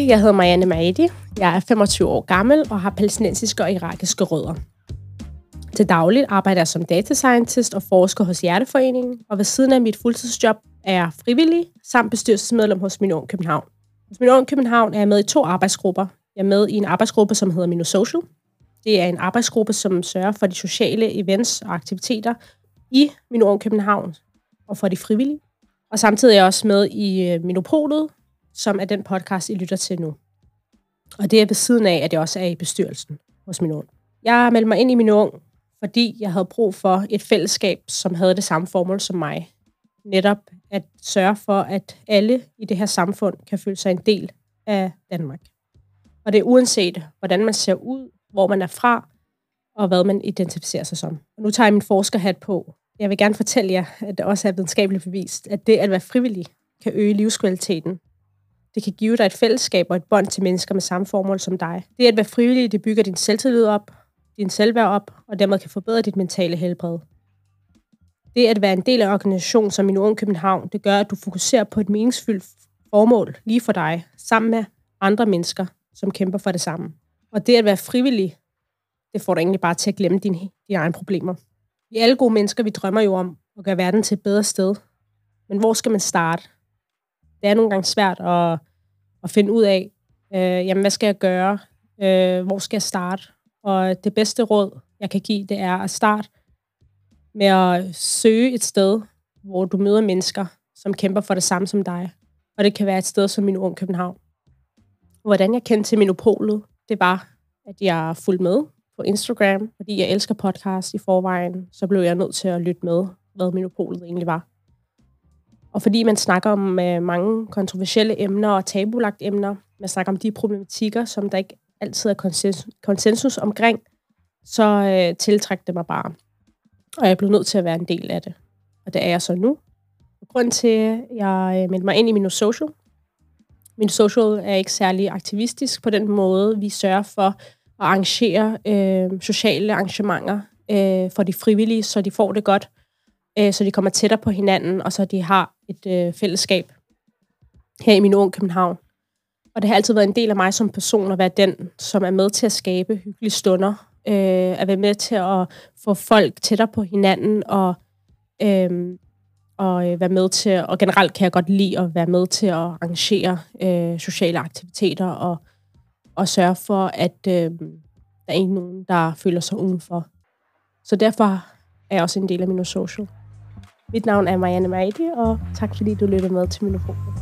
Hej, jeg hedder Marianne Mahdi. Jeg er 25 år gammel og har palæstinensiske og irakiske rødder. Til dagligt arbejder jeg som data scientist og forsker hos Hjerteforeningen, og ved siden af mit fuldtidsjob er jeg frivillig samt bestyrelsesmedlem hos Minu København. Hos Minu København er jeg med i 2 arbejdsgrupper. Jeg er med i en arbejdsgruppe, som hedder MinuSocial. Det er en arbejdsgruppe, som sørger for de sociale events og aktiviteter i Minu København og for de frivillige. Og samtidig er jeg også med i Minopolet, som er den podcast, I lytter til nu. Og det er ved siden af, at jeg også er i bestyrelsen hos Minu. Jeg meldte mig ind i Minu, fordi jeg havde brug for et fællesskab, som havde det samme formål som mig. Netop at sørge for, at alle i det her samfund kan føle sig en del af Danmark. Og det er uanset, hvordan man ser ud, hvor man er fra, og hvad man identificerer sig som. Og nu tager jeg min forskerhat på. Jeg vil gerne fortælle jer, at det også er videnskabeligt bevist, at det at være frivillig kan øge livskvaliteten. Det kan give dig et fællesskab og et bånd til mennesker med samme formål som dig. Det at være frivillig, det bygger din selvtillid op, din selvværd op, og dermed kan forbedre dit mentale helbred. Det at være en del af en organisation som Minu København, det gør, at du fokuserer på et meningsfyldt formål lige for dig, sammen med andre mennesker, som kæmper for det samme. Og det at være frivillig, det får dig egentlig bare til at glemme dine egne problemer. Vi alle gode mennesker, vi drømmer jo om at gøre verden til et bedre sted. Men hvor skal man starte? Det er nogle gange svært at finde ud af, jamen hvad skal jeg gøre? Hvor skal jeg starte? Og det bedste råd, jeg kan give, det er at starte med at søge et sted, hvor du møder mennesker, som kæmper for det samme som dig. Og det kan være et sted som Minu København. Hvordan jeg kendte til Minopolet, det var, at jeg fulgte med på Instagram, fordi jeg elsker podcast i forvejen, så blev jeg nødt til at lytte med, hvad Minopolet egentlig var. Og fordi man snakker om mange kontroversielle emner og tabulagt emner, man snakker om de problematikker, som der ikke altid er konsensus omkring, så tiltrækker det mig bare. Og jeg blev nødt til at være en del af det. Og det er jeg så nu. Og grunden til, at jeg meldte mig ind i MinuSocial. MinuSocial er ikke særlig aktivistisk på den måde. Vi sørger for at arrangere sociale arrangementer for de frivillige, så de får det godt, så de kommer tættere på hinanden, og så de har et fællesskab her i Minu København. Og det har altid været en del af mig som person at være den, som er med til at skabe hyggelige stunder, at være med til at få folk tættere på hinanden, og være med til, og generelt kan jeg godt lide at være med til at arrangere sociale aktiviteter, og sørge for, at der er ikke nogen, der føler sig udenfor. Så derfor er jeg også en del af MinuSocial. Mit navn er Marianne Mahdi, og tak fordi du lytter med til Minopolet.